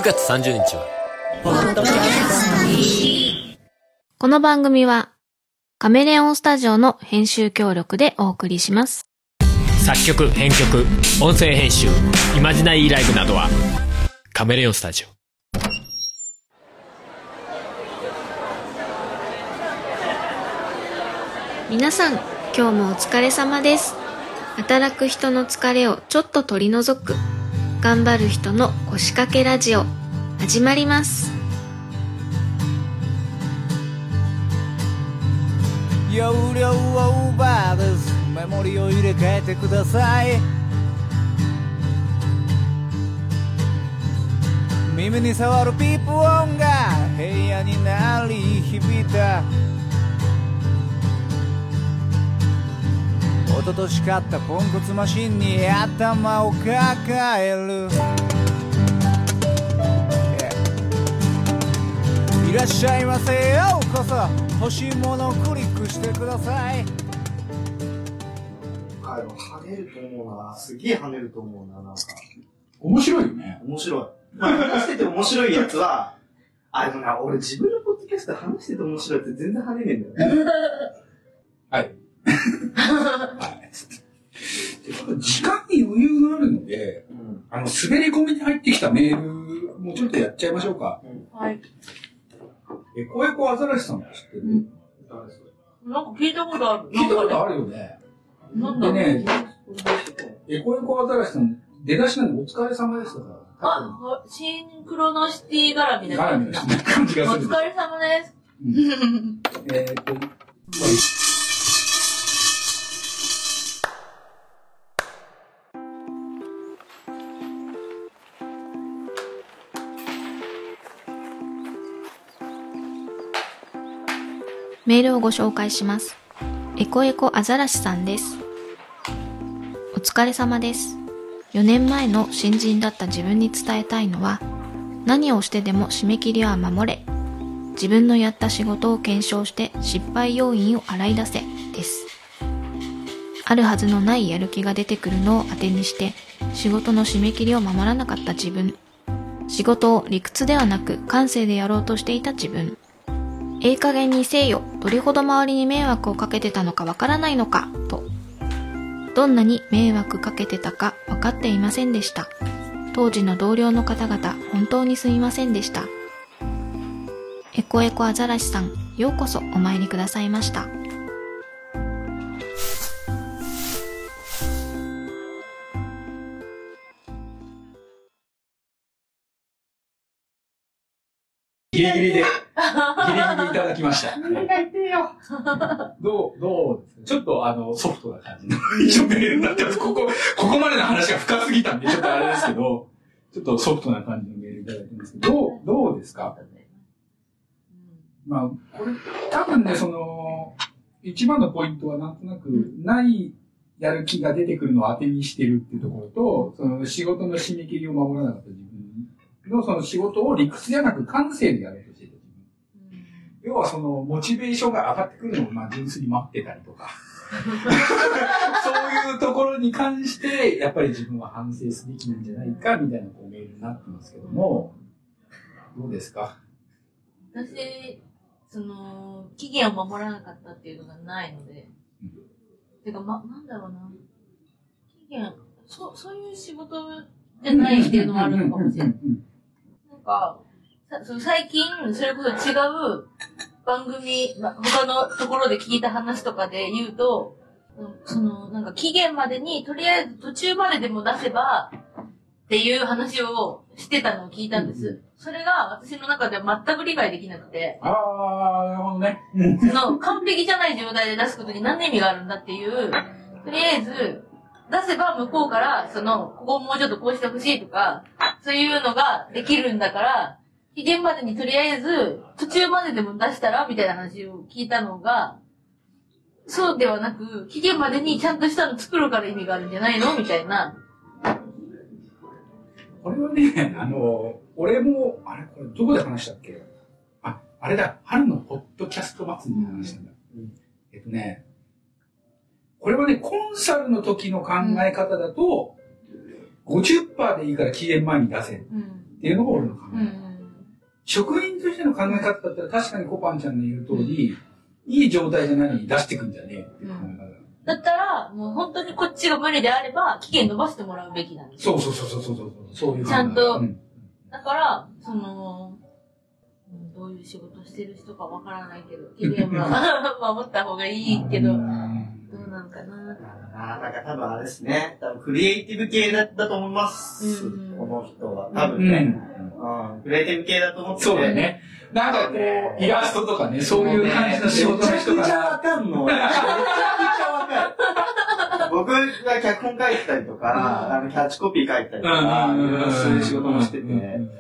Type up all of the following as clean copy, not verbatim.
9月30日はポッドキャストの日。 この番組はカメレオンスタジオの編集協力でお送りします。 作曲、編曲、音声編集、イマジナリーライブなどはカメレオンスタジオ。 皆さん、今日もお疲れ様です。働く人の疲れをちょっと取り除く頑張る人の腰掛けラジオ始まります。 容量オーバーです。メモリを入れ替えてください。耳に触るピープ音が部屋に鳴り響いた。一昨年買ったポンコツマシンに頭を抱える、いらっしゃいませ、ようこそ。欲しいものをクリックしてください。 跳ねると思うな。すげえ跳ねると思うな。なんか面白いよね。 面白い。まあ、話してて面白いやつはでもな、俺自分のポッドキャスト話してて面白いって全然跳ねねえんだよね。 はい時間に余裕があるので、滑り込みに入ってきたメールもうちょっとやっちゃいましょうか。 はい。 エコエコアザラシさん知ってる？ 誰それ？なんか聞いたことある。 聞いたことあるよね。でね、エコエコアザラシさん出だしなんでお疲れ様でしたから。 シンクロノシティ絡みな感じがする。お疲れ様です。 メールをご紹介します。エコエコアザラシさんです。お疲れ様です。4年前の新人だった自分に伝えたいのは、何をしてでも締め切りは守れ。自分のやった仕事を検証して失敗要因を洗い出せです。あるはずのないやる気が出てくるのを当てにして、仕事の締め切りを守らなかった自分。仕事を理屈ではなく感性でやろうとしていた自分。いい加減にせえよ、どれほど周りに迷惑をかけてたのかわからないのか、と。どんなに迷惑かけてたか分かっていませんでした。当時の同僚の方々、本当にすみませんでした。エコエコアザラシさん、ようこそお参りくださいました。 ギリギリでいただきました。どうですか？ちょっとソフトな感じの一応メールになってます。ここまでの話が深すぎたんで、ちょっとあれですけど、ちょっとソフトな感じのメールいただいてますけど、どうですか？まあ、これ、多分ね、一番のポイントはなんとなく、ないやる気が出てくるのを当てにしてるっていうところと、仕事の締め切りを守らなかった自分のその仕事を理屈じゃなく感性でやろうとしていた自分。要はモチベーションが上がってくるのを純粋に待ってたりとか。そういうところに関して、やっぱり自分は反省すべきなんじゃないか、みたいなメールになってますけども、どうですか？ 私、期限を守らなかったっていうのがないので。てか、なんだろうな。期限、そういう仕事じゃないっていうのもあるのかもしれない。なんか、最近、それこそ違う番組、他のところで聞いた話とかで言うと、なんか期限までに、とりあえず途中まででも出せば、っていう話をしてたのを聞いたんです。それが私の中では全く理解できなくて。 なるほどね。 完璧じゃない状態で出すことに何の意味があるんだっていう、とりあえず、出せば向こうから、ここをもうちょっとこうしてほしいとか、そういうのができるんだから、期限までにとりあえず、途中まででも出したらみたいな話を聞いたのが、そうではなく、期限までにちゃんとしたの作るから意味があるんじゃないのみたいな。 これはね、俺も、これどこで話したっけ？あれだ、春のポッドキャスト祭りで話したんだ。これはね、コンサルの時の考え方だと、50% でいいから期限前に出せっっていうのが俺の考え。職員としての考え方だったら確かにコパンちゃんの言う通り、いい状態じゃないのに出してくんじゃねえっていう考え方。 だったら、もう本当にこっちが無理であれば、期限伸ばしてもらうべきなんですよ。 そう。そういう考え。 ちゃんと、だから、どういう仕事してる人かわからないけど、期限は守った方がいいけど、どうなのかな。 なんか多分あれですね。多分クリエイティブ系だと思います。この人は。多分ね。クリエイティブ系だと思ってて。 そうだね。なんかこう、イラストとかね、そういう感じの仕事の人めちゃくちゃわかんの。めちゃくちゃわかる。僕が脚本書いてたりとか、キャッチコピー書いたりとか、いろいろそういう仕事もしてて、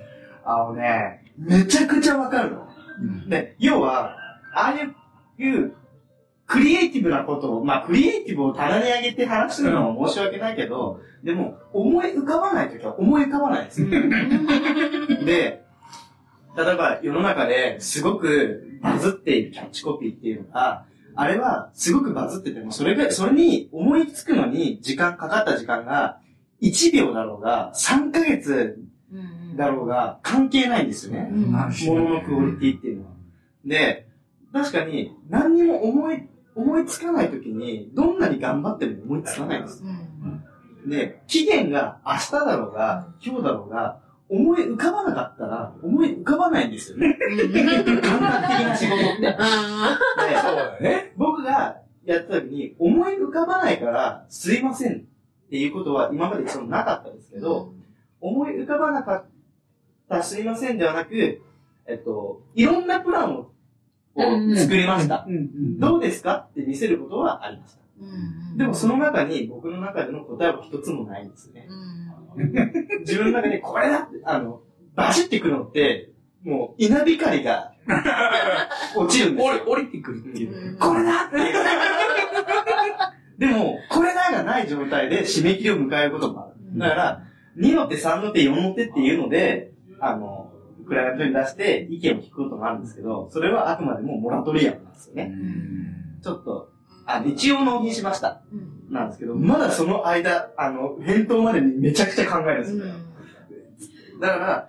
めちゃくちゃわかるの。で、要は、ああいうクリエイティブなことを、クリエイティブを棚に上げて話すのは申し訳ないけど、でも、思い浮かばないときは思い浮かばないですよ。で、例えば世の中ですごくバズっているキャッチコピーっていうのが、あれはすごくバズってても、それに思いつくのにかかった時間が1秒だろうが、3ヶ月だろうが関係ないんですよね。もののクオリティっていうのは。で、確かに何にも思いつかないときに、どんなに頑張っても思いつかないんです。で、期限が明日だろうが、今日だろうが、思い浮かばなかったら、思い浮かばないんですよね。感覚的な仕事って。で、そうだね。僕がやった時に、思い浮かばないから、すいませんっていうことは今までなかったんですけど、思い浮かばなかったすいませんではなく、いろんなプランを作りました。どうですかって見せることはありました。でもその中に、僕の中での答えは一つもないんですね。自分の中でこれだって、バシってくるのって、もう稲光が落ちるんですよ。 降りてくるっていう。 これだっていう。でも、これだがない状態で締め切りを迎えることもある。だから、2の手、3の手、4の手っていうので、クライアントに出して意見を聞くこともあるんですけど、それはあくまでもモラトリアムなんですよね。ちょっと、日曜納品しました。なんですけど、まだその間、返答までにめちゃくちゃ考えるんですよ。だから、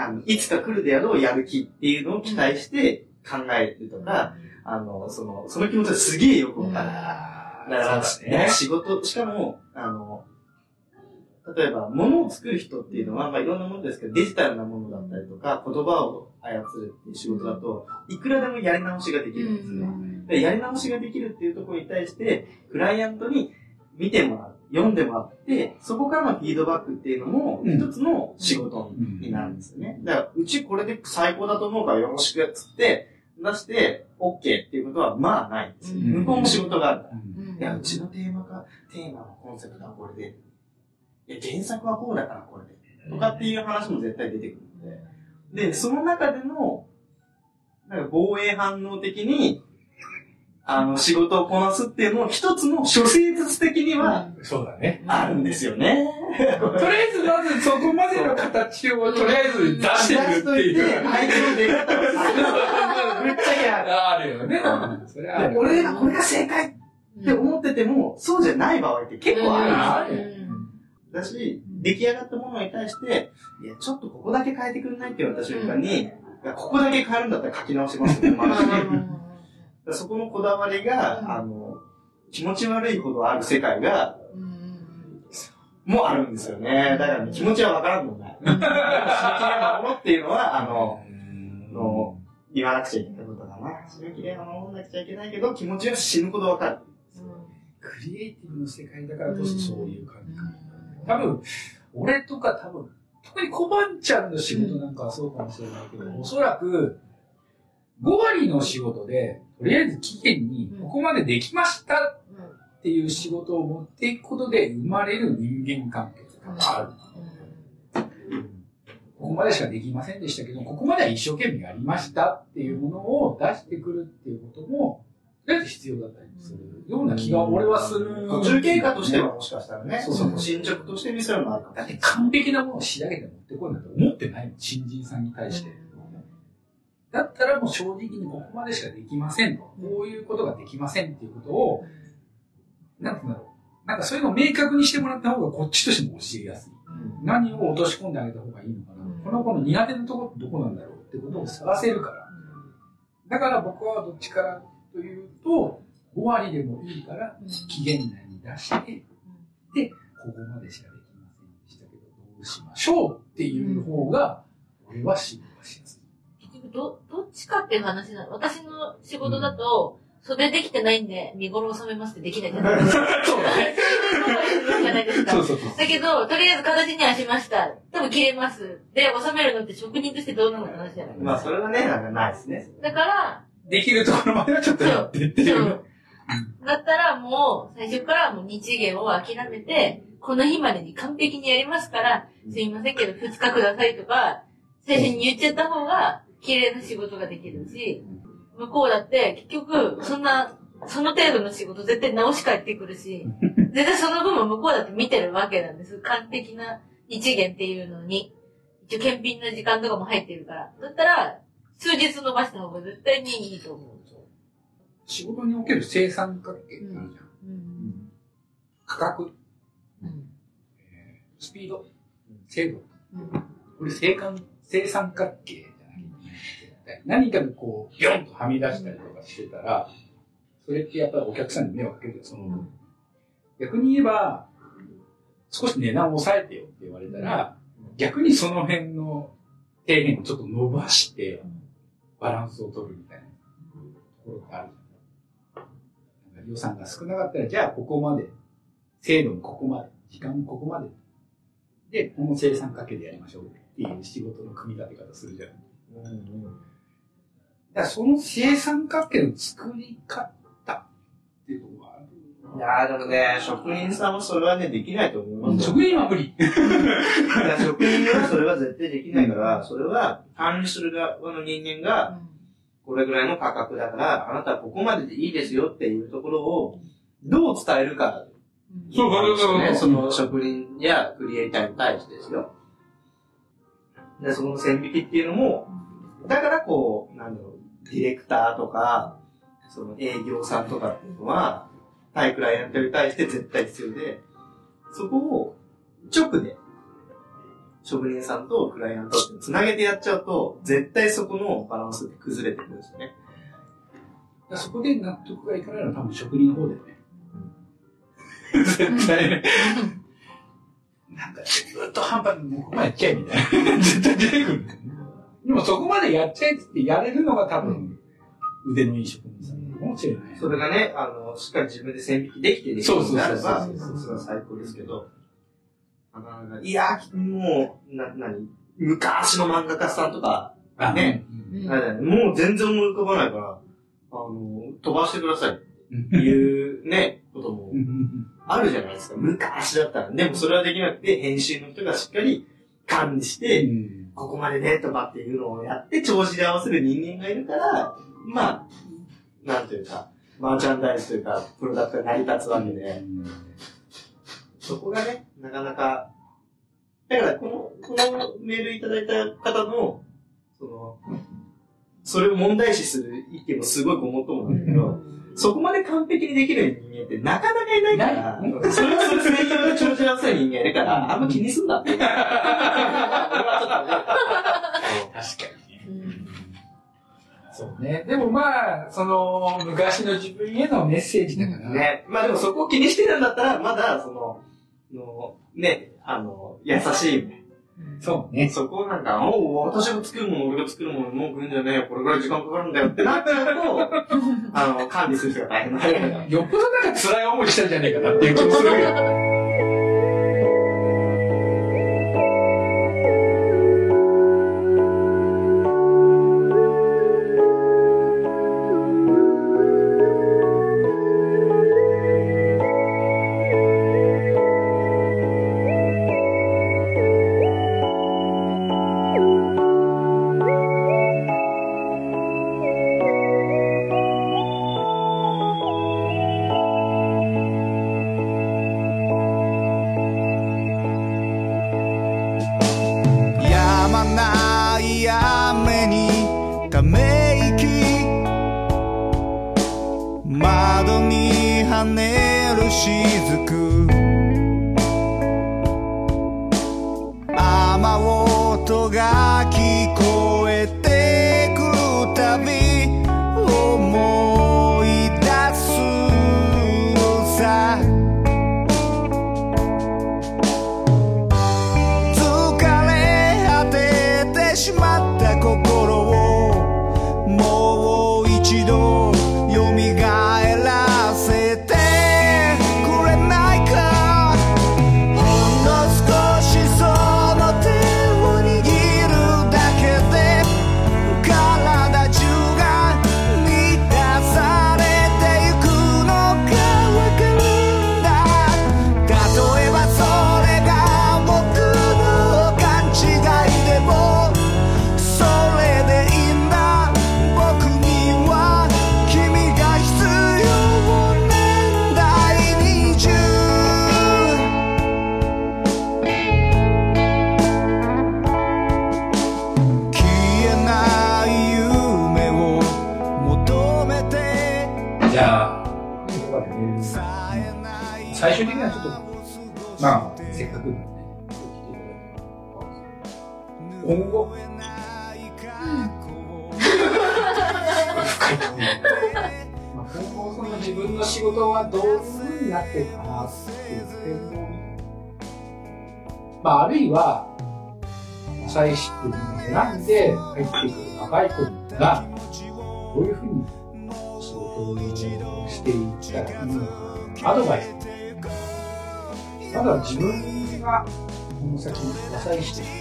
いつか来るであろうやる気っていうのを期待して考えるとか、その気持ちはすげえよくわかる。だから、仕事、しかも、例えば、物を作る人っていうのは、いろんなものですけど、デジタルなものだったりとか、言葉を操るっていう仕事だと、いくらでもやり直しができるんですね。で、やり直しができるっていうところに対して、クライアントに見てもらう、読んでもらって、そこからのフィードバックっていうのも、一つの仕事になるんですよね。だから、うちこれで最高だと思うからよろしくっつって、出して、OK っていうことは、まあないんですよ。向こうも仕事があるから。いや、うちのテーマのコンセプトはこれで、いや、原作はこうだからこれで。とかっていう話も絶対出てくるので。で、その中での、防衛反応的に、仕事をこなすっていうのも一つの諸生術的には、 そうだね。 あるんですよね。 とりあえずまずそこまでの形をとりあえず出してみるっていう。 相手の出方をする。ぶっちゃけあるよね。それは俺がこれが正解って思ってても、そうじゃない場合って結構あるんですよ。だし、出来上がったものに対して、いや、ちょっとここだけ変えてくれないって言われた瞬間に、ここだけ変えるんだったら書き直しますね。そこのこだわりが、気持ち悪いほどある世界が、もあるんですよね。だから、気持ちはわからんのない。締め切りは守ろうっていうのは、言わなくちゃいけないことだな。締め切りは守らなくちゃいけないけど、気持ちは死ぬほどわかる。 クリエイティブの世界だからこそそういう感じ。多分、俺とか特に小判ちゃんの仕事なんかはそうかもしれないけど、おそらく、5割の仕事で、とりあえず期限にここまでできましたっていう仕事を持っていくことで生まれる人間関係がある。ここまでしかできませんでしたけど、ここまでは一生懸命やりましたっていうものを出してくるっていうことも、とりあえず必要だったりするような気が俺はする。 途中経過としてはもしかしたらね、進捗として見せるのもあるかも。 だって完璧なものを仕上げて持ってこいなんて思ってないもん、新人さんに対して。だったらもう正直にここまでしかできませんと。こういうことができませんっていうことを、なんていうんだろう。なんかそういうのを明確にしてもらった方がこっちとしても教えやすい。何を落とし込んであげた方がいいのかな。この子の苦手なところってどこなんだろうってことを探せるから。だから僕はどっちかというと、5割でもいいから期限内に出して、で、ここまでしかできませんでしたけど、どうしましょうっていう方が、俺は仕事がしやすい。 結局どっちかっていう話なの。私の仕事だと、袖できてないんで、見頃を収めますってできないじゃないですか。 そうだね。 じゃないですか。 そう。 だけど、とりあえず形にはしました。多分切れます。で、収めるのって職人としてどうなのって話じゃないですか。 まあ、それはね、なんかないですね。 だから、 できるところまではちょっとやってっていう。 そう。だったらもう、最初からもう日芸を諦めて、この日までに完璧にやりますから、すいませんけど2日くださいとか、最初に言っちゃった方が、綺麗な仕事ができるし、向こうだって結局、その程度の仕事絶対直し返ってくるし、絶対その分も向こうだって見てるわけなんです。完璧な日芸っていうのに、一応検品の時間とかも入ってるから。だったら、数日伸ばした方が絶対にいいと思う。 仕事における正三角形ってあるじゃん。価格、スピード、精度。これ正三角形じゃなきゃいけない。何かがこう、ビョンとはみ出したりとかしてたら、それってやっぱりお客さんに迷惑かけるよ、その分。逆に言えば、少し値段を抑えてよって言われたら、逆にその辺の底辺をちょっと伸ばして、バランスを取るみたいなところがある。予算が少なかったら、じゃあここまで、精度もここまで、時間もここまで。で、この正三角形でやりましょうっていう仕事の組み立て方するじゃん。だからその正三角形の作り方っていうところがある。 いやーでもね、職人さんもそれはね、できないと思います。 職人は無理。 職人はそれは絶対できないから、それは管理する側の人間が、これぐらいの価格だから、あなたはここまででいいですよっていうところを、どう伝えるか。 そうその職人やクリエイターに対してですよ。で、その線引きっていうのも、だからこう、なんだろう、ディレクターとか、その営業さんとかっていうのは、対クライアントに対して絶対必要で、そこを直で、職人さんとクライアントってつなげてやっちゃうと、絶対そこのバランスって崩れてくるんですよね。 そこで納得がいかないのは多分職人の方だよね。絶対ね。なんかずっと半端にここまでやっちゃえみたいな。絶対出てくるんだよね。でもそこまでやっちゃえってやれるのが多分腕のいい職人さんかもしれない。 それがね、しっかり自分で線引きできているようになれば、それは最高ですけど、いや、もう、昔の漫画家さんとか、ね、もう全然思い浮かばないから、飛ばしてくださいっていうね、こともあるじゃないですか。昔だったら。でもそれはできなくて、編集の人がしっかり管理して、ここまでね、とかっていうのをやって、調子で合わせる人間がいるから、まあ、なんというか、マーチャンダイズというか、プロダクトが成り立つわけで、そこがね、なかなか、だからこのメールいただいた方の、それを問題視する意見もすごいごもっともなんだけど、そこまで完璧にできる人間ってなかなかいないから、それはそれ専用の調子合わせる人間いるから、あんま気にすんなって。俺はちょっとね。 確かにね。そうね。でもまあ、昔の自分へのメッセージだから。 ね。まあでもそこを気にしてるんだったら、まだ、ね、優しい。 そうね。 そこをなんか、私が作るもの、俺が作るもの、もう食うんじゃねえよ、これぐらい時間かかるんだよってなっちゃうと、管理する人が大変だね。 よっぽどなんか辛い思いしたんじゃねえかなっていう気もするけど。 雨音が聞こえてくるたび思い出すさ疲れ果ててしまった心をもう一度蘇らせてくれないかほんの少しその手を握るだけで体中が満たされてゆくのがわかるんだ例えばそれが僕の勘違いでもそれでいいんだ僕には君が必要なんだい20消えない夢を求めてじゃあ、最終的にはちょっと、まあ、せっかくなんで、今後、今後その自分の仕事はどういう風になっていくかなっていう点も、まあ、あるいは、浅井師っていうのを選んで入ってくる若い子が、どういう風に仕事をしていったらいいのか、アドバイス。まだ自分がこの先浅井師で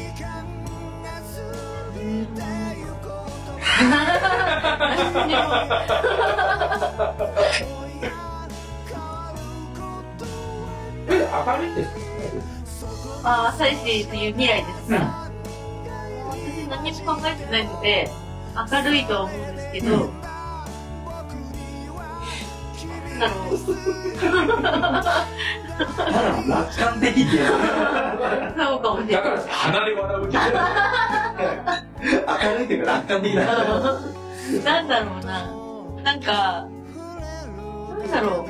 明るいですか？ 浅井市という未来ですか？私何も考えてないので明るいとは思うんですけど、 楽観的ってやそうかもしれない。 だから鼻で笑うけど明るいっていうか楽観的だなんだろうな。なんか、なんだろ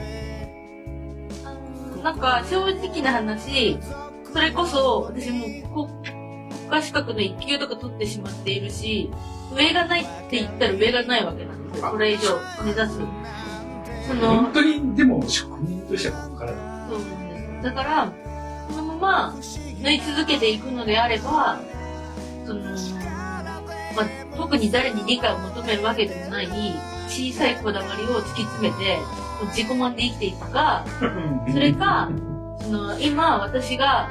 う。なんか正直な話、それこそ私も国家資格の1級とか取ってしまっているし、上がないって言ったら上がないわけなんですよ。これ以上目指す。 本当にでも職人としてはここからだ。 そうなんです。だから、このまま縫い続けていくのであれば、まあ、特に誰に理解を求めるわけでもない小さいこだわりを突き詰めて自己満で生きていくか、それか、今私が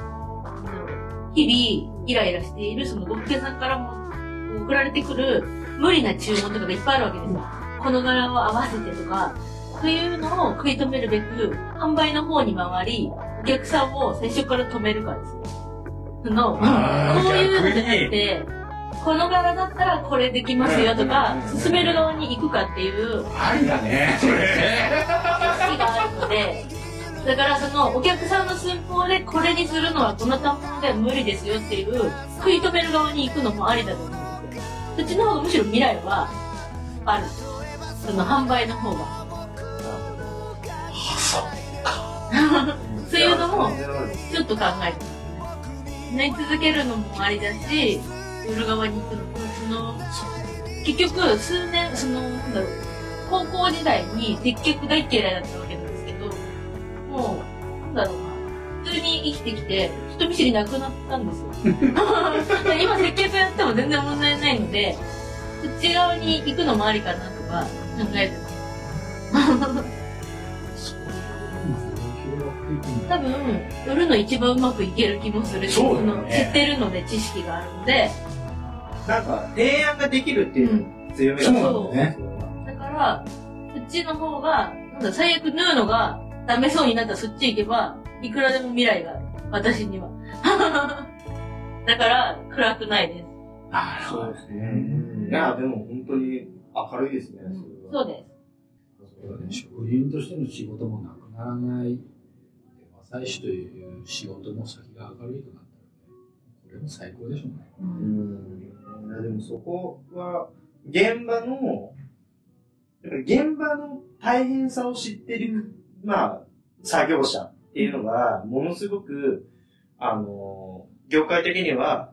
日々イライラしているその呉服屋さんからも送られてくる無理な注文とかがいっぱいあるわけですよ。この柄を合わせてとか、そういうのを食い止めるべく販売の方に回り、お客さんを最初から止めるかですね。こういうのじゃなくて、この柄だったらこれできますよとか、進める側に行くかっていう、 ありだね、それ。 意識があるので、だからお客さんの寸法でこれにするのはこの単品では無理ですよっていう食い止める側に行くのもありだと思うんですよ。そっちの方がむしろ未来はある。販売の方が。そういうのもちょっと考えてます。縫い続けるのもありだし、売る側に行くのも、結局数年、なんだろう、高校時代に接客大嫌いだったわけなんですけど、もう、なんだろうな、普通に生きてきて、人見知りなくなったんですよ。今接客やっても全然問題ないので、そっち側に行くのもありかなとか考えてます。多分、売るの一番うまくいける気もするし、知ってるので知識があるので、 なんか、提案ができるっていう強みだそうね。 だから、そっちの方が、最悪縫うのがダメそうになったらそっち行けば、いくらでも未来がある。私には。だから、暗くないです。 なるほどですね。 いや、でも本当に明るいですね。 そうです。 職人としての仕事もなくならない。浅井師という仕事の先が明るいとなったら、これも最高でしょうね。 いやでもそこは、現場の大変さを知ってる、作業者っていうのが、ものすごく、業界的には、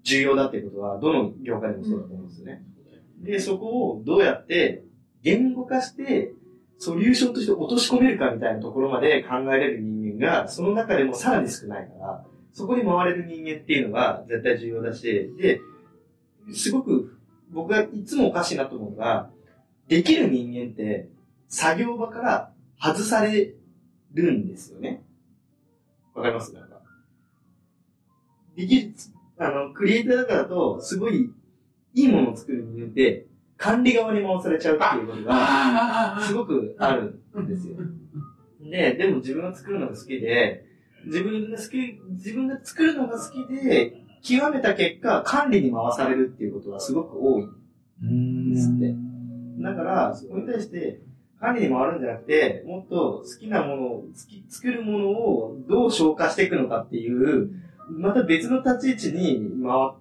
重要だっていうことは、どの業界でもそうだと思うんですよね。で、そこをどうやって言語化して、ソリューションとして落とし込めるかみたいなところまで考えれる人間が、その中でもさらに少ないから、そこに回れる人間っていうのが絶対重要だし、で、すごく僕がいつもおかしいなと思うのが、できる人間って作業場から外されるんですよね。わかります？なんか。できる、クリエイターだからと、すごいいいものを作る人間って、管理側に回されちゃうっていうことが、すごくあるんですよ。でも自分が作るのが好きで、自分が作るのが好きで、極めた結果、管理に回されるっていうことがすごく多いんですって。だから、そこに対して、管理に回るんじゃなくて、もっと好きなものを、作るものをどう消化していくのかっていう、また別の立ち位置に回って、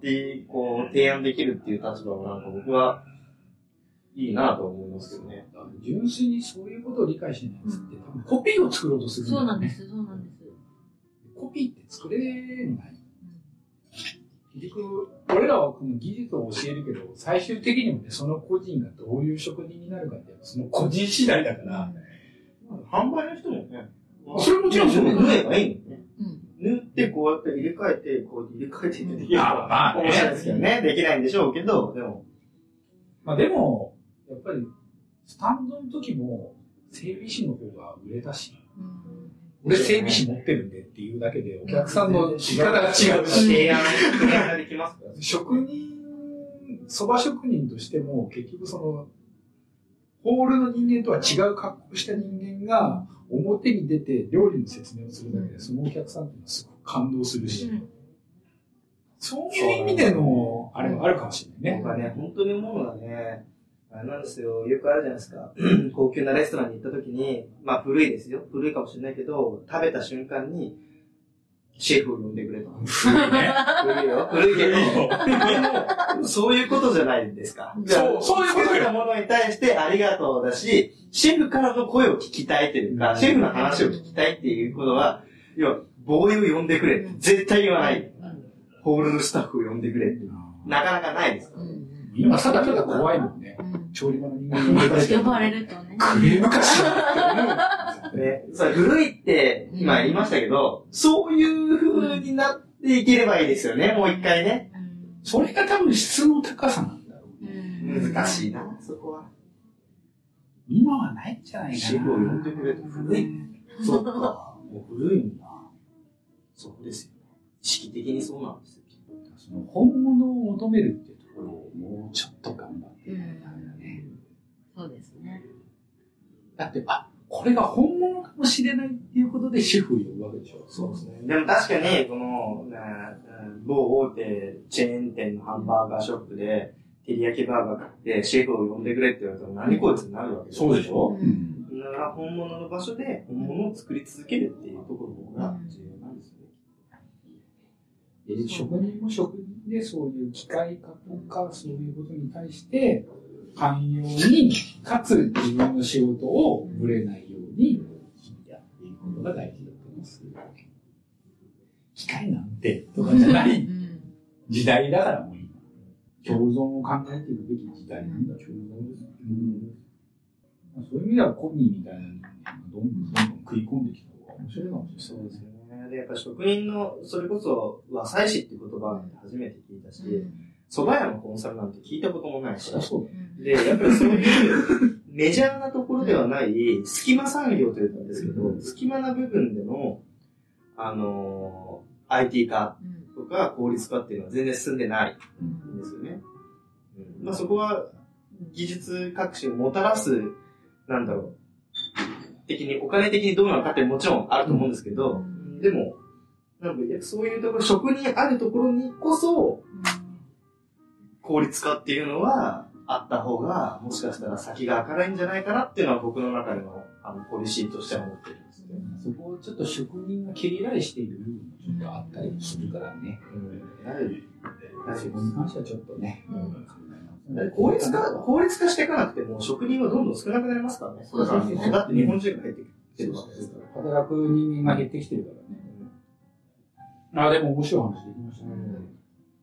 こう、提案できるっていう立場をなんか僕はいいなと思いますけどね。 純粋にそういうことを理解しないやつって、多分コピーを作ろうとするんだよね。 そうなんです、そうなんです。 コピーって作れない。結局、俺らはこの技術を教えるけど、最終的にもね、その個人がどういう職人になるかって、その個人次第だから、 販売の人もね、 それもちろんそうだね。 縫えばいいのね。縫ってこうやって入れ替えて、こう入れ替えてってできるか面白いですけどね。できないんでしょうけど、でも。 まあでも、やっぱり、スタンドの時も、整備士の方が売れたし、俺整備士持ってるんでっていうだけで、お客さんの力が違うし、 提案ができますから。 職人、蕎麦職人としても、結局その、ホールの人間とは違う格好した人間が、表に出て料理の説明をするだけで、そのお客さんっていうのはすごく感動するし、そういう意味での、あれはあるかもしれないね。 僕はね、本当に思うのはね、あれなんですよ、よくあるじゃないですか。高級なレストランに行った時に、まあ古いですよ。古いかもしれないけど、食べた瞬間に、シェフを呼んでくれと。 古いね。 古いよ。古いけど、そういうことじゃないですか。 そういうことよ。ものに対してありがとうだし、シェフからの声を聞きたいというか、シェフの話を聞きたいっていうことは、要は、ボーイを呼んでくれ。絶対言わない。ホールのスタッフを呼んでくれって。なかなかないですから。 今、ただただ怖いもんね。調理場の人間呼ばれるとね。 クレームかしらってね、それ古いって今言いましたけど、そういう風になっていければいいですよね、もう一回ね。 それが多分質の高さなんだろうね。 難しいな、そこは。 今はないんじゃないかな。 シェフを呼んでくれと古い。そっか、もう古いんだ。そうですよね。意識的にそうなんですよ。 その本物を求めるっていうところをもうちょっと頑張っていかないとダメだね。 そうですね。 だって、これが本物かもしれないっていうことでシェフを呼ぶわけでしょ。 そうですね。でも確かに、この、某大手チェーン店のハンバーガーショップで、照り焼きバーガー買ってシェフを呼んでくれって言われたら何こいつになるわけですよ。 そうでしょ。 だから本物の場所で本物を作り続けるっていうところが重要なんですよね。 で職人も職人でそういう機械化とかそういうことに対して寛容にかつ自分の仕事をぶれないようにやっていくことが大事だと思います。機械なんてとかじゃない時代だからもう今共存を考えていくべき時代なんだ。共存です。そういう意味ではコニーみたいなのがどんどん食い込んできた方が面白いかもしれない。 そうですね。で、やっぱ職人の、それこそ和裁師っていう言葉って初めて聞いたし、蕎麦屋のコンサルなんて聞いたこともないし、で、やっぱりそういうメジャーなところではない隙間産業というんですけど、隙間な部分での、IT 化とか効率化っていうのは全然進んでないんですよね。まあそこは技術革新をもたらす、なんだろう、お金的にどうなのかってもちろんあると思うんですけど、でも、なんかそういうところ、職人あるところにこそ、効率化っていうのはあった方が、もしかしたら先が明るいんじゃないかなっていうのは僕の中でのポリシーとしては思ってるんですね。 そこをちょっと職人が蹴りられしている部分もちょっとあったりもするからね。そこに関してはちょっとね、 効率化していかなくても、職人はどんどん少なくなりますからね。そうですね。だって日本人が入ってきてるわけですから。 働く人間が減ってきてるからね。でも面白い話できましたね。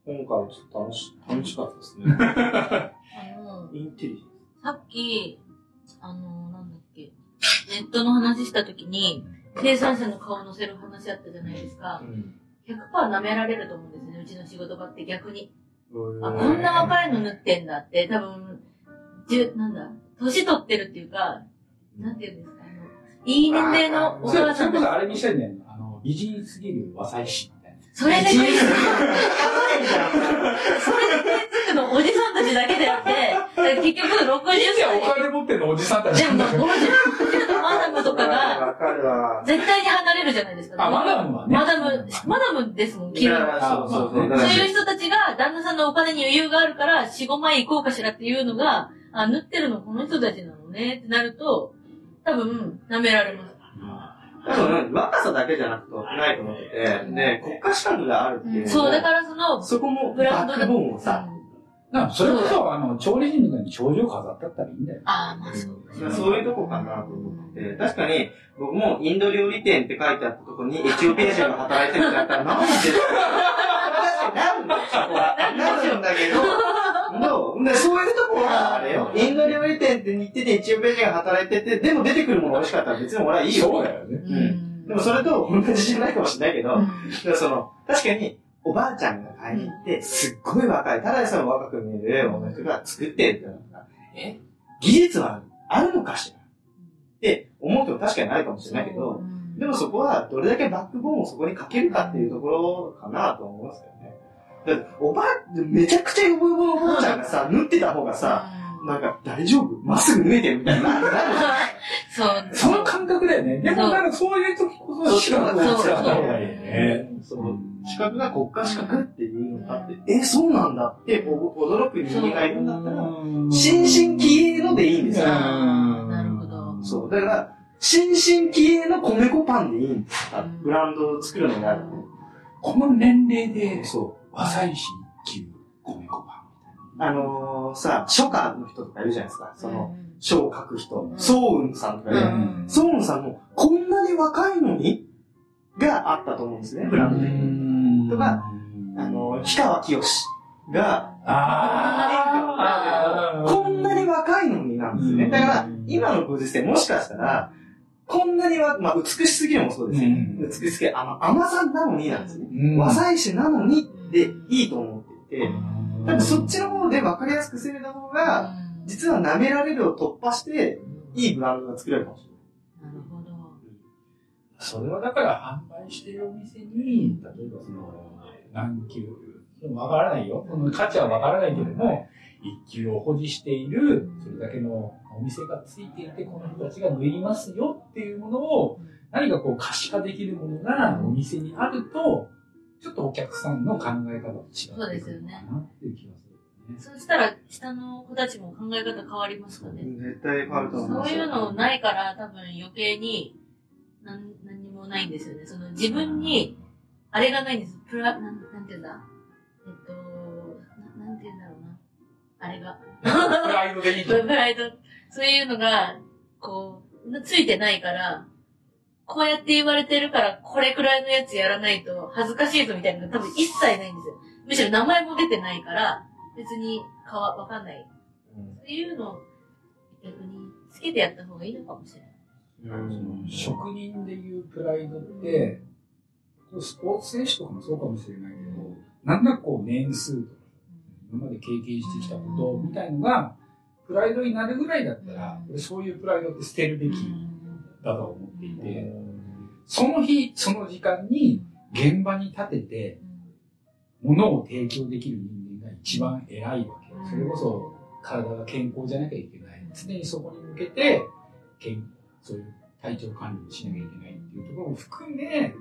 今回ちょっと楽しかったですね。インテリジェンス。 さっき、なんだっけ、ネットの話したときに、生産者の顔を載せる話あったじゃないですか。100% 舐められると思うんですね、うちの仕事場って逆に。あ、こんな若いの塗ってんだって、多分、年取ってるっていうか、なんていうんですか、いい年齢のお母さん。 それこそあれにしたいんだよ。美人すぎる和裁師みたいな。 それで食いつく。それで食いつくのおじさんたちだけであって、結局60歳。 いや、お金持ってるのおじさんたち。 でも50のマダムとかが、絶対に離れるじゃないですか。 あ、マダムはね。 マダムですもん、基本。そういう人たちが、旦那さんのお金に余裕があるから、4、5万円行こうかしらっていうのが、あ、塗ってるのこの人たちなのねってなると、多分、舐められます。 多分、若さだけじゃなくてないと思ってて、で、国家資格があるっていう。 そう、だからそこも、ブランドのボーンをさ、 それこそ、調理人とかに長寿を飾ってあったらいいんだよ。 ああ、まあそう。 そういうとこかなと思って、確かに、僕もインド料理店って書いてあったところにエチオピア人が働いてるってなったら、なんで確かになるんだよ、そこは。なるんだけど、そういうとこは、あれよ、インド料理店って言っててエチオピア人が働いてて、でも出てくるもの美味しかったら別に俺はいいよ。 そうだよね。 でもそれと同じじゃないかもしれないけど、確かに、おばあちゃんが買いに行って、すっごい若い、ただでさえ若く見える女の人が作ってるってなったら、技術はあるのかしらって思っても確かにないかもしれないけど、でもそこはどれだけバックボーンをそこにかけるかっていうところかなと思いますけどね。だってめちゃくちゃヨボヨボのおばあちゃんがさ、縫ってた方がさ、なんか大丈夫まっすぐ縫えてるみたいな。 その感覚だよね。でもなんかそういう時こそ資格を使った方がいいね。 資格が国家資格っていうのがあって、そうなんだって驚く人間がいるんだったら、新進気鋭のでいいんですよ。 なるほど。 そう。だから、新進気鋭の米粉パンでいいんです。ブランドを作るのになる。 この年齢で、和裁師っていう米粉パン。 さ、書家の人とかいるじゃないですか。書を書く人。ソウンさんとかいる。ソウンさんも、こんなに若いのにがあったと思うんですね、ブランドで。とか、氷川きよしが、こんなに若いのになんですよね。だから、今のご時世、もしかしたら、こんなに美しすぎるもそうですよね。美しすぎる。甘さなのになんですね。和裁師なのにでいいと思っていて、多分そっちの方で分かりやすく攻めた方が、実は舐められるを突破して、いいブランドが作れるかもしれない。 なるほど。 それはだから販売しているお店に、例えば何級、わからないよ。価値はわからないけども、一級を保持している、それだけのお店がついていて、この人たちが縫いますよっていうものを、何か可視化できるものがお店にあると、ちょっとお客さんの考え方が違う。 そうですよね。 なっていう気がする。 そうしたら、下の子たちも考え方変わりますかね。 絶対変わると思います。 そういうのないから、多分余計に、何にもないんですよね。自分に、あれがないんです。なんていうんだ。なんていうんだろうな。あれが。 プライドでいい。 プライド。そういうのが、ついてないから、こうやって言われてるから、これくらいのやつやらないと恥ずかしいぞみたいなのが多分一切ないんですよ。むしろ名前も出てないから、別にわかんない。そういうのを逆につけてやった方がいいのかもしれない。 職人でいうプライドって、スポーツ選手とかもそうかもしれないけど、なんだ年数とか、今まで経験してきたことみたいのが、プライドになるぐらいだったら、そういうプライドって捨てるべきだと思っていて、その日、その時間に現場に立てて、物を提供できる人間が一番偉いわけ。それこそ体が健康じゃなきゃいけない。常にそこに向けて、そういう体調管理をしなきゃいけないっていうところも含め、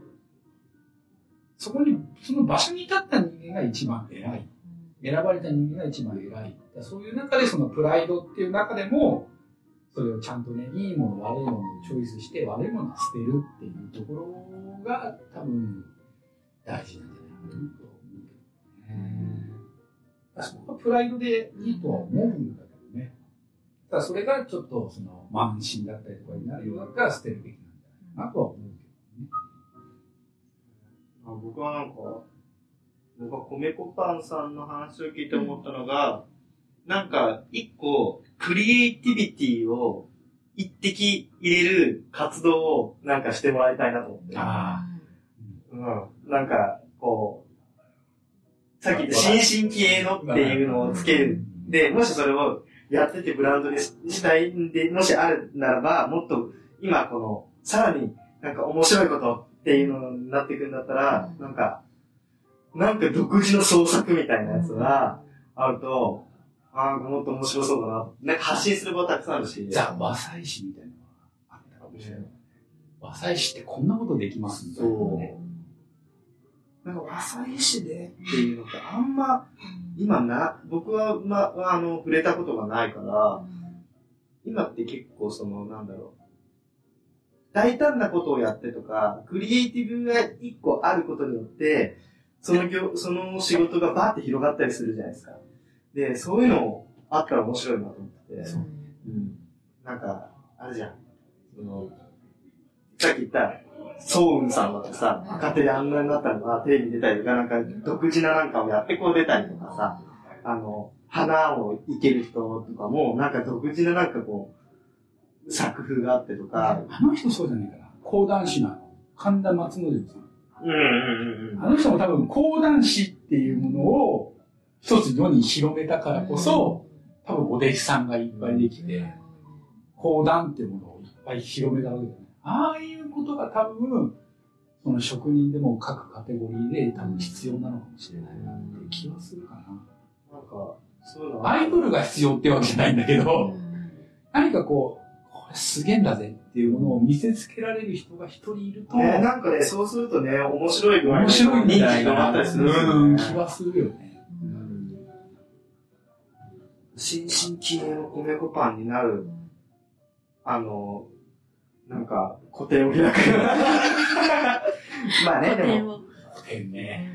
その場所に立った人間が一番偉い。選ばれた人間が一番偉い。そういう中でプライドっていう中でも、それをちゃんとね、いいもの、悪いものをチョイスして、悪いものを捨てるっていうところが多分大事なんじゃないかなと思うけどね。そこはプライドでいいとは思うんだけどね。ただそれがちょっと慢心だったりとかになるようだったら捨てるべきなんじゃないかなとは思うけどね。 僕はなんか、 僕は米粉パンさんの話を聞いて思ったのが、なんか一個クリエイティビティを一滴入れる活動をなんかしてもらいたいなと思って。うん。なんかこう、さっき言った新進気鋭のっていうのをつける。で、もしそれをやっててブランドにしたいんで、もしあるならば、もっと今この、さらになんか面白いことっていうのになっていくんだったら、なんか独自の創作みたいなやつがあると、もっと面白そうだな。なんか発信することたくさんあるし。 ザ・和裁師みたいなのがあったかもしれない。和裁師ってこんなことできますみたいなね。 なんか和裁師でっていうのってあんま、今僕は触れたことがないから、今って結構なんだろう。大胆なことをやってとか、クリエイティブが一個あることによって、その仕事がバーって広がったりするじゃないですか。で、そういうのあったら面白いなと思ってて、なんか、あれじゃん。さっき言った、ソウウンさんだってさ、家庭であんなになったのがテレビ出たりとか、なんか独自ななんかをやってこう出たりとかさ、花を生ける人とかも、なんか独自ななんかこう、作風があってとか。 あの人そうじゃないかな。講談師の神田松之丞さん。あの人も多分講談師っていうものを一つ世に広めたからこそ、多分お弟子さんがいっぱいできて、講談っていうものをいっぱい広めたわけだよね。ああいうことが多分、その職人でも各カテゴリーで多分必要なのかもしれないなって気はするかな。 なんか、そういうのアイドルが必要ってわけじゃないんだけど、何かこれすげえんだぜっていうものを見せつけられる人が一人いると、 なんかね、そうするとね、面白いぐらい面白いんじゃないかなったりするんですよね。 気はするよね。 新進気鋭の米粉パンになる、なんか、個展を開く。まあね、でも。 個展ね。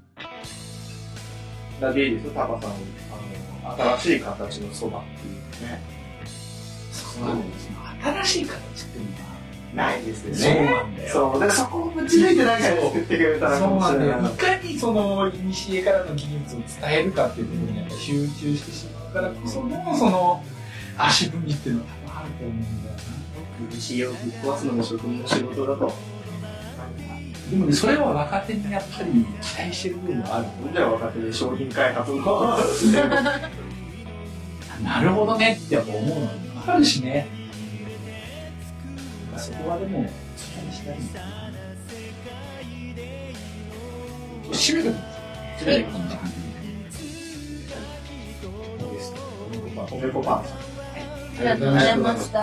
だでいいですよ、タカさん。新しい形のそばっていうね。 そうなんですよ。新しい形っていうのはないですよね。 そうなんだよ。 そう。だからそこをぶち抜いてなんか作ってくれたらそうなんだよ。いかにその、古からの技術を伝えるかっていうところにやっぱ集中してしまうからこその、その、足踏みっていうのは多分あると思うんだよな。 西をぶっ壊すのも職人の仕事だと。 でもね、それは若手にやっぱり期待してる部分はある。 じゃあ若手で商品開発の。 なるほどねってやっぱ思うのもあるしね。そこはでも、期待したいんだよね。締めてください。締めてください。 米粉パンさん。 ありがとうございました。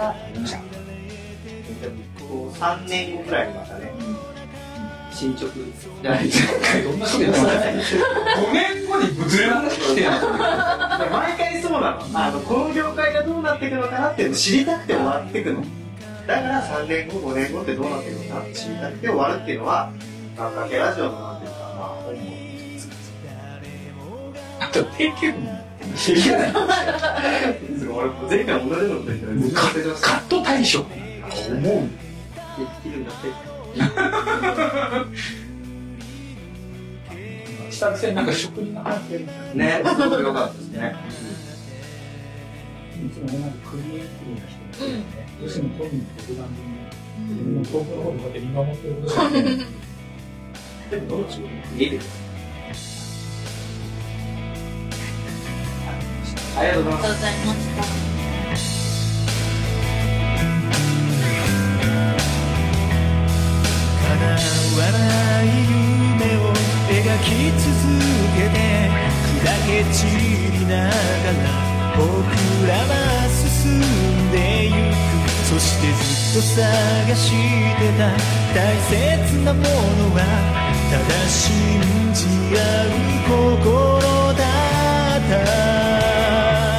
3年後くらいにまたね、進捗じゃないですか。どんなことやってますか ?5 年後に物流話来てる毎回そうなの。この業界がどうなっていくのかなっていうのを知りたくて終わっていくの。だから3年後、5年後ってどうなっていくのかなって知りたくて終わるっていうのは、かけラジオのなんていうか、本望です。 あと、定型文。 知らない。俺、前回同じのって言ったら、 カット対象。思う。 できるんだって。 久々になんか職人の話やりたいね、すごく良かったですね。 いつもなんかクリエイティブな人がね、どうしてもトミーの独断でね、遠くの方でこうやって見守ってることがね、 でもどの仕事もクリエイティブ。ありがとうございました。 叶わない夢を描き続けて砕け散りながら僕らは進んでゆく。そしてずっと探してた大切なものはただ信じ合う心だった。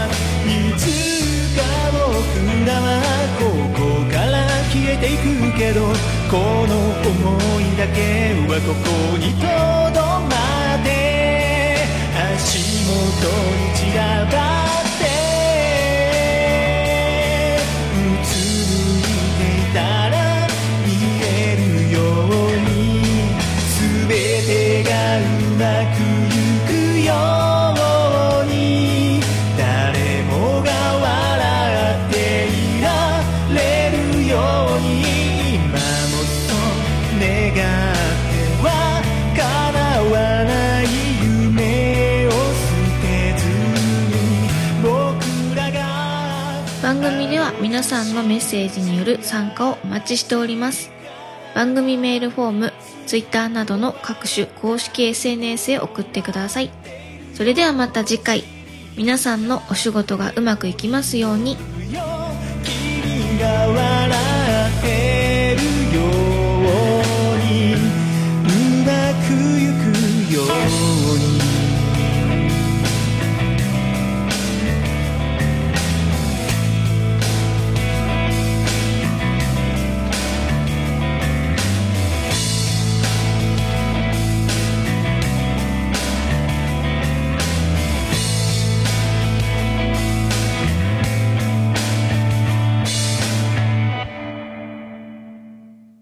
いつか僕らはここから消えていくけど、この想いだけはここにとどまって足元に散らばってうつむいていたら言えるように全てがうまくは皆さんのメッセージによる参加をお待ちしております。番組メールフォーム、Twitter などの各種公式 SNS へ送ってください。それではまた次回、皆さんのお仕事がうまくいきますように。 君が笑ってるようにうまくゆくように。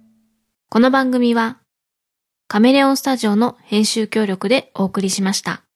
この番組はカメレオンスタジオの編集協力でお送りしました。